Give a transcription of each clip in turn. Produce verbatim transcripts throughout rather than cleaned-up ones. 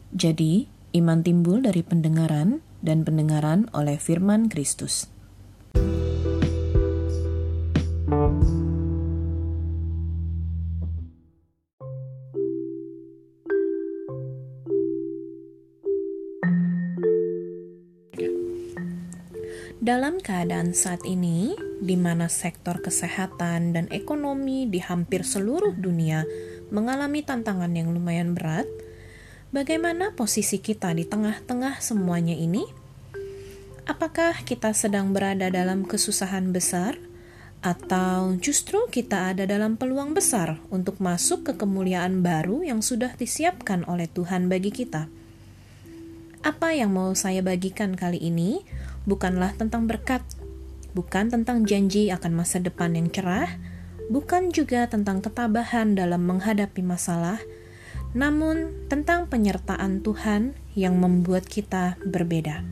Jadi, iman timbul dari pendengaran, dan pendengaran oleh firman Kristus. Dalam keadaan saat ini, di mana sektor kesehatan dan ekonomi di hampir seluruh dunia mengalami tantangan yang lumayan berat, bagaimana posisi kita di tengah-tengah semuanya ini? Apakah kita sedang berada dalam kesusahan besar, atau justru kita ada dalam peluang besar untuk masuk ke kemuliaan baru yang sudah disiapkan oleh Tuhan bagi kita? Apa yang mau saya bagikan kali ini bukanlah tentang berkat, bukan tentang janji akan masa depan yang cerah, bukan juga tentang ketabahan dalam menghadapi masalah, namun tentang penyertaan Tuhan yang membuat kita berbeda.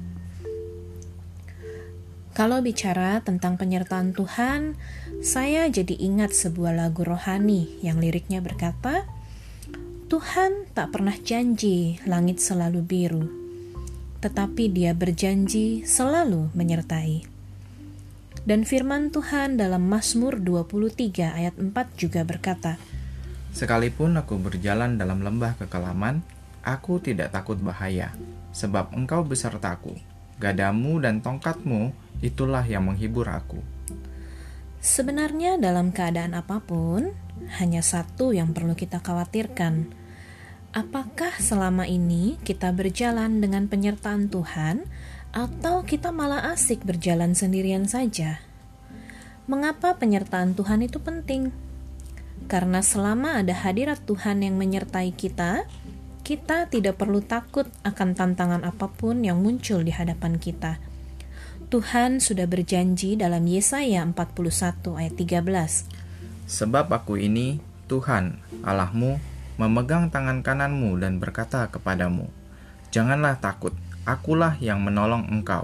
Kalau bicara tentang penyertaan Tuhan, saya jadi ingat sebuah lagu rohani yang liriknya berkata, Tuhan tak pernah janji langit selalu biru, tetapi Dia berjanji selalu menyertai. Dan firman Tuhan dalam Mazmur dua puluh tiga ayat empat juga berkata, Sekalipun aku berjalan dalam lembah kekelaman, aku tidak takut bahaya, sebab Engkau besertaku. Gadamu dan tongkatmu, itulah yang menghibur aku. Sebenarnya dalam keadaan apapun, hanya satu yang perlu kita khawatirkan. Apakah selama ini kita berjalan dengan penyertaan Tuhan, atau kita malah asik berjalan sendirian saja? Mengapa penyertaan Tuhan itu penting? Karena selama ada hadirat Tuhan yang menyertai kita, kita tidak perlu takut akan tantangan apapun yang muncul di hadapan kita. Tuhan sudah berjanji dalam Yesaya empat puluh satu ayat tiga belas. Sebab aku ini, Tuhan, Allahmu, memegang tangan kananmu dan berkata kepadamu, Janganlah takut, akulah yang menolong engkau.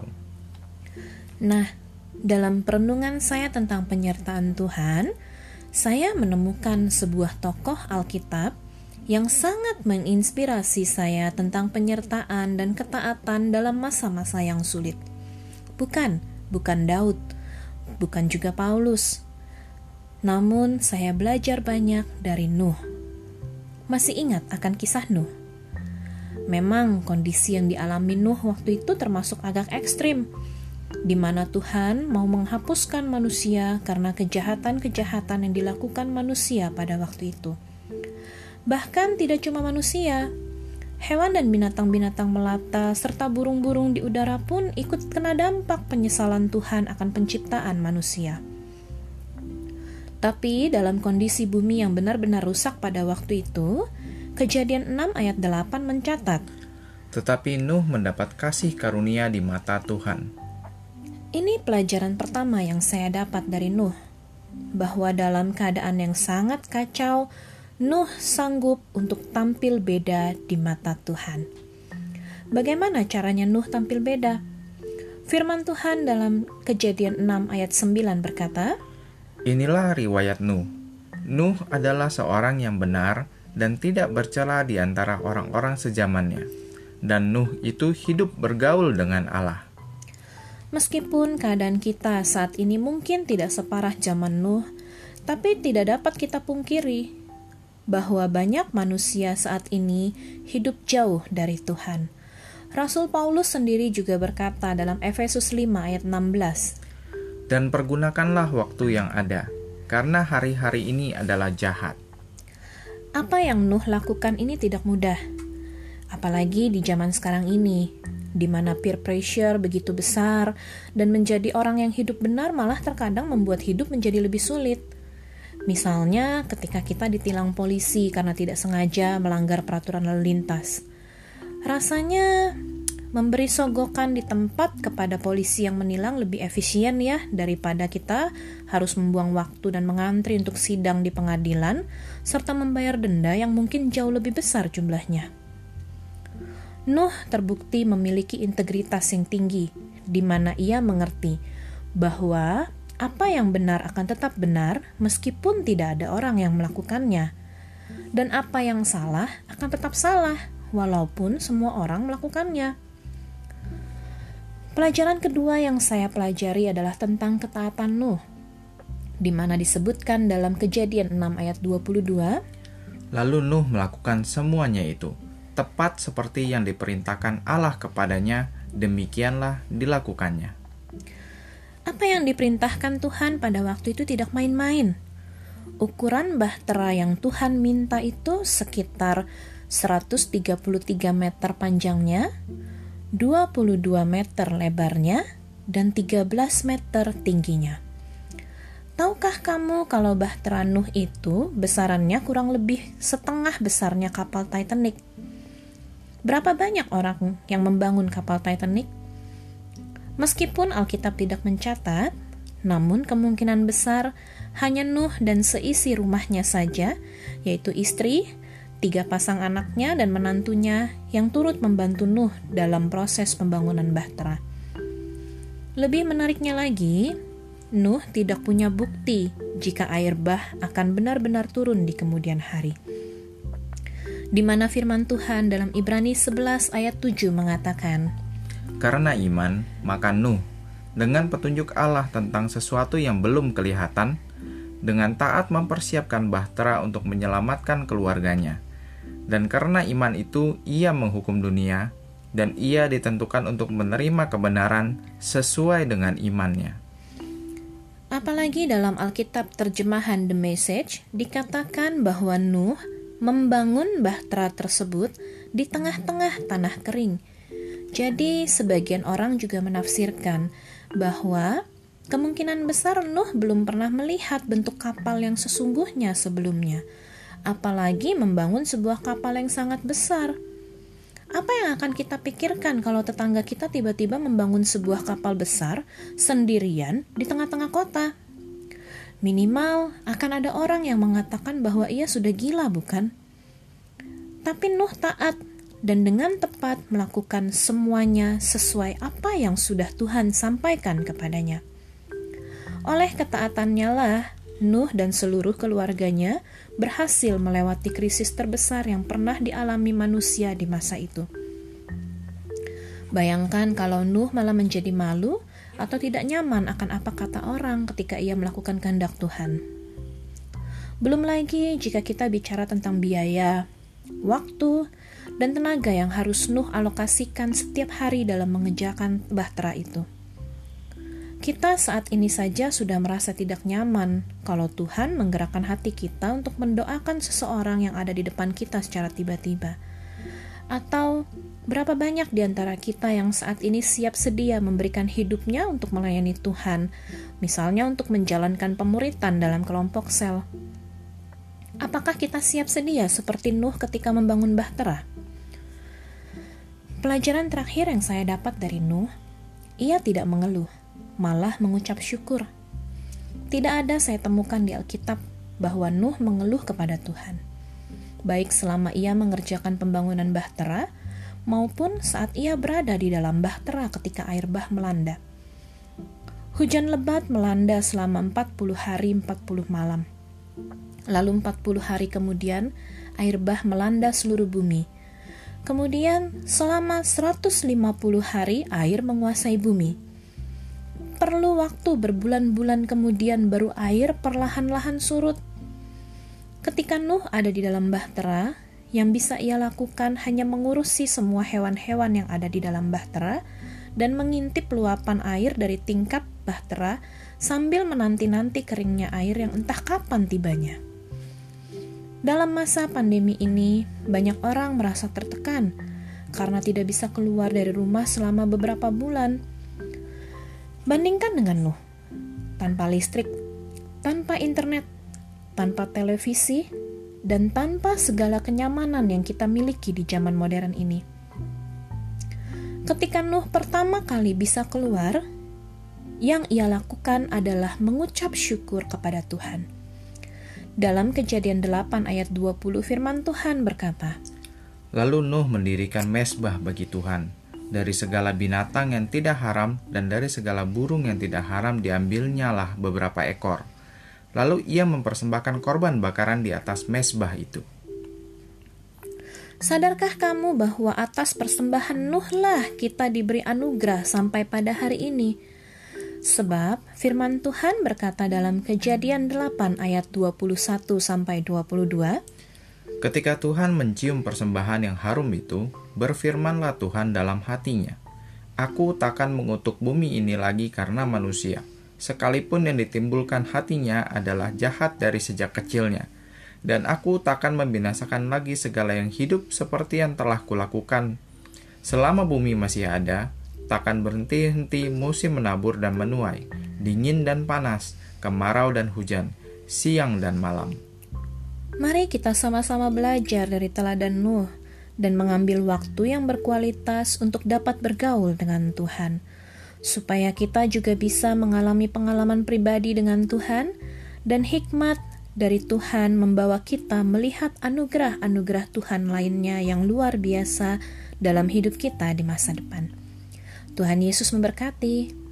Nah, dalam perenungan saya tentang penyertaan Tuhan, saya menemukan sebuah tokoh Alkitab yang sangat menginspirasi saya tentang penyertaan dan ketaatan dalam masa-masa yang sulit. Bukan, bukan Daud, bukan juga Paulus. Namun saya belajar banyak dari Nuh. Masih ingat akan kisah Nuh? Memang kondisi yang dialami Nuh waktu itu termasuk agak ekstrim, di mana Tuhan mau menghapuskan manusia karena kejahatan-kejahatan yang dilakukan manusia pada waktu itu. Bahkan tidak cuma manusia, hewan dan binatang-binatang melata serta burung-burung di udara pun ikut kena dampak penyesalan Tuhan akan penciptaan manusia. Tapi dalam kondisi bumi yang benar-benar rusak pada waktu itu, Kejadian enam ayat delapan mencatat, Tetapi Nuh mendapat kasih karunia di mata Tuhan. Ini pelajaran pertama yang saya dapat dari Nuh, bahwa dalam keadaan yang sangat kacau, Nuh sanggup untuk tampil beda di mata Tuhan. Bagaimana caranya Nuh tampil beda? Firman Tuhan dalam Kejadian enam ayat sembilan berkata, Inilah riwayat Nuh. Nuh adalah seorang yang benar dan tidak bercela di antara orang-orang sezamannya. Dan Nuh itu hidup bergaul dengan Allah. Meskipun keadaan kita saat ini mungkin tidak separah zaman Nuh, tapi tidak dapat kita pungkiri bahwa banyak manusia saat ini hidup jauh dari Tuhan. Rasul Paulus sendiri juga berkata dalam Efesus lima ayat enam belas, Dan pergunakanlah waktu yang ada, karena hari-hari ini adalah jahat. Apa yang Nuh lakukan ini tidak mudah. Apalagi di zaman sekarang ini, di mana peer pressure begitu besar dan menjadi orang yang hidup benar malah terkadang membuat hidup menjadi lebih sulit. Misalnya ketika kita ditilang polisi karena tidak sengaja melanggar peraturan lalu lintas. Rasanya memberi sogokan di tempat kepada polisi yang menilang lebih efisien ya, daripada kita harus membuang waktu dan mengantri untuk sidang di pengadilan, serta membayar denda yang mungkin jauh lebih besar jumlahnya. Nuh terbukti memiliki integritas yang tinggi, di mana ia mengerti bahwa apa yang benar akan tetap benar meskipun tidak ada orang yang melakukannya, dan apa yang salah akan tetap salah walaupun semua orang melakukannya. Pelajaran kedua yang saya pelajari adalah tentang ketaatan Nuh, di mana disebutkan dalam Kejadian enam ayat dua puluh dua, Lalu Nuh melakukan semuanya itu, tepat seperti yang diperintahkan Allah kepadanya, demikianlah dilakukannya. Apa yang diperintahkan Tuhan pada waktu itu tidak main-main. Ukuran bahtera yang Tuhan minta itu sekitar seratus tiga puluh tiga meter panjangnya, dua puluh dua meter lebarnya, dan tiga belas meter tingginya. Tahukah kamu kalau bahtera Nuh itu besarannya kurang lebih setengah besarnya kapal Titanic? Berapa banyak orang yang membangun kapal Titanic? Meskipun Alkitab tidak mencatat, namun kemungkinan besar hanya Nuh dan seisi rumahnya saja, yaitu istri, tiga pasang anaknya dan menantunya yang turut membantu Nuh dalam proses pembangunan bahtera. Lebih menariknya lagi, Nuh tidak punya bukti jika air bah akan benar-benar turun di kemudian hari. Di mana firman Tuhan dalam Ibrani sebelas ayat tujuh mengatakan, Karena iman, maka Nuh, dengan petunjuk Allah tentang sesuatu yang belum kelihatan, dengan taat mempersiapkan bahtera untuk menyelamatkan keluarganya. Dan karena iman itu, ia menghukum dunia, dan ia ditentukan untuk menerima kebenaran sesuai dengan imannya. Apalagi dalam Alkitab terjemahan The Message dikatakan bahwa Nuh membangun bahtera tersebut di tengah-tengah tanah kering. Jadi sebagian orang juga menafsirkan bahwa kemungkinan besar Nuh belum pernah melihat bentuk kapal yang sesungguhnya sebelumnya, apalagi membangun sebuah kapal yang sangat besar. Apa yang akan kita pikirkan kalau tetangga kita tiba-tiba membangun sebuah kapal besar sendirian di tengah-tengah kota? Minimal akan ada orang yang mengatakan bahwa ia sudah gila, bukan? Tapi Nuh taat dan dengan tepat melakukan semuanya sesuai apa yang sudah Tuhan sampaikan kepadanya. Oleh ketaatannya lah, Nuh dan seluruh keluarganya berhasil melewati krisis terbesar yang pernah dialami manusia di masa itu. Bayangkan kalau Nuh malah menjadi malu atau tidak nyaman akan apa kata orang ketika ia melakukan kehendak Tuhan. Belum lagi jika kita bicara tentang biaya, waktu, dan tenaga yang harus Nuh alokasikan setiap hari dalam mengerjakan bahtera itu. Kita saat ini saja sudah merasa tidak nyaman kalau Tuhan menggerakkan hati kita untuk mendoakan seseorang yang ada di depan kita secara tiba-tiba. Atau berapa banyak di antara kita yang saat ini siap sedia memberikan hidupnya untuk melayani Tuhan, misalnya untuk menjalankan pemuritan dalam kelompok sel. Apakah kita siap sedia seperti Nuh ketika membangun bahtera? Pelajaran terakhir yang saya dapat dari Nuh, ia tidak mengeluh, malah mengucap syukur. Tidak ada saya temukan di Alkitab bahwa Nuh mengeluh kepada Tuhan, baik selama ia mengerjakan pembangunan bahtera, maupun saat ia berada di dalam bahtera ketika air bah melanda. Hujan lebat melanda selama empat puluh hari empat puluh malam. Lalu empat puluh hari kemudian, air bah melanda seluruh bumi. Kemudian selama seratus lima puluh hari air menguasai bumi. Perlu waktu berbulan-bulan kemudian baru air perlahan-lahan surut. Ketika Nuh ada di dalam bahtera, yang bisa ia lakukan hanya mengurusi semua hewan-hewan yang ada di dalam bahtera dan mengintip luapan air dari tingkap bahtera sambil menanti-nanti keringnya air yang entah kapan tibanya. Dalam masa pandemi ini, banyak orang merasa tertekan karena tidak bisa keluar dari rumah selama beberapa bulan. Bandingkan dengan Nuh, tanpa listrik, tanpa internet, tanpa televisi, dan tanpa segala kenyamanan yang kita miliki di zaman modern ini. Ketika Nuh pertama kali bisa keluar, yang ia lakukan adalah mengucap syukur kepada Tuhan. Dalam Kejadian delapan ayat dua puluh firman Tuhan berkata, Lalu Nuh mendirikan mezbah bagi Tuhan. Dari segala binatang yang tidak haram dan dari segala burung yang tidak haram diambilnyalah beberapa ekor. Lalu ia mempersembahkan korban bakaran di atas mezbah itu. Sadarkah kamu bahwa atas persembahan Nuh lah kita diberi anugerah sampai pada hari ini? Sebab firman Tuhan berkata dalam Kejadian delapan ayat dua puluh satu sampai dua puluh dua, ketika Tuhan mencium persembahan yang harum itu, berfirmanlah Tuhan dalam hatinya, Aku takkan mengutuk bumi ini lagi karena manusia, sekalipun yang ditimbulkan hatinya adalah jahat dari sejak kecilnya. Dan aku takkan membinasakan lagi segala yang hidup seperti yang telah kulakukan. Selama bumi masih ada, takkan berhenti-henti musim menabur dan menuai, dingin dan panas, kemarau dan hujan, siang dan malam. Mari kita sama-sama belajar dari teladan Nuh dan mengambil waktu yang berkualitas untuk dapat bergaul dengan Tuhan, supaya kita juga bisa mengalami pengalaman pribadi dengan Tuhan dan hikmat dari Tuhan membawa kita melihat anugerah-anugerah Tuhan lainnya yang luar biasa dalam hidup kita di masa depan. Tuhan Yesus memberkati.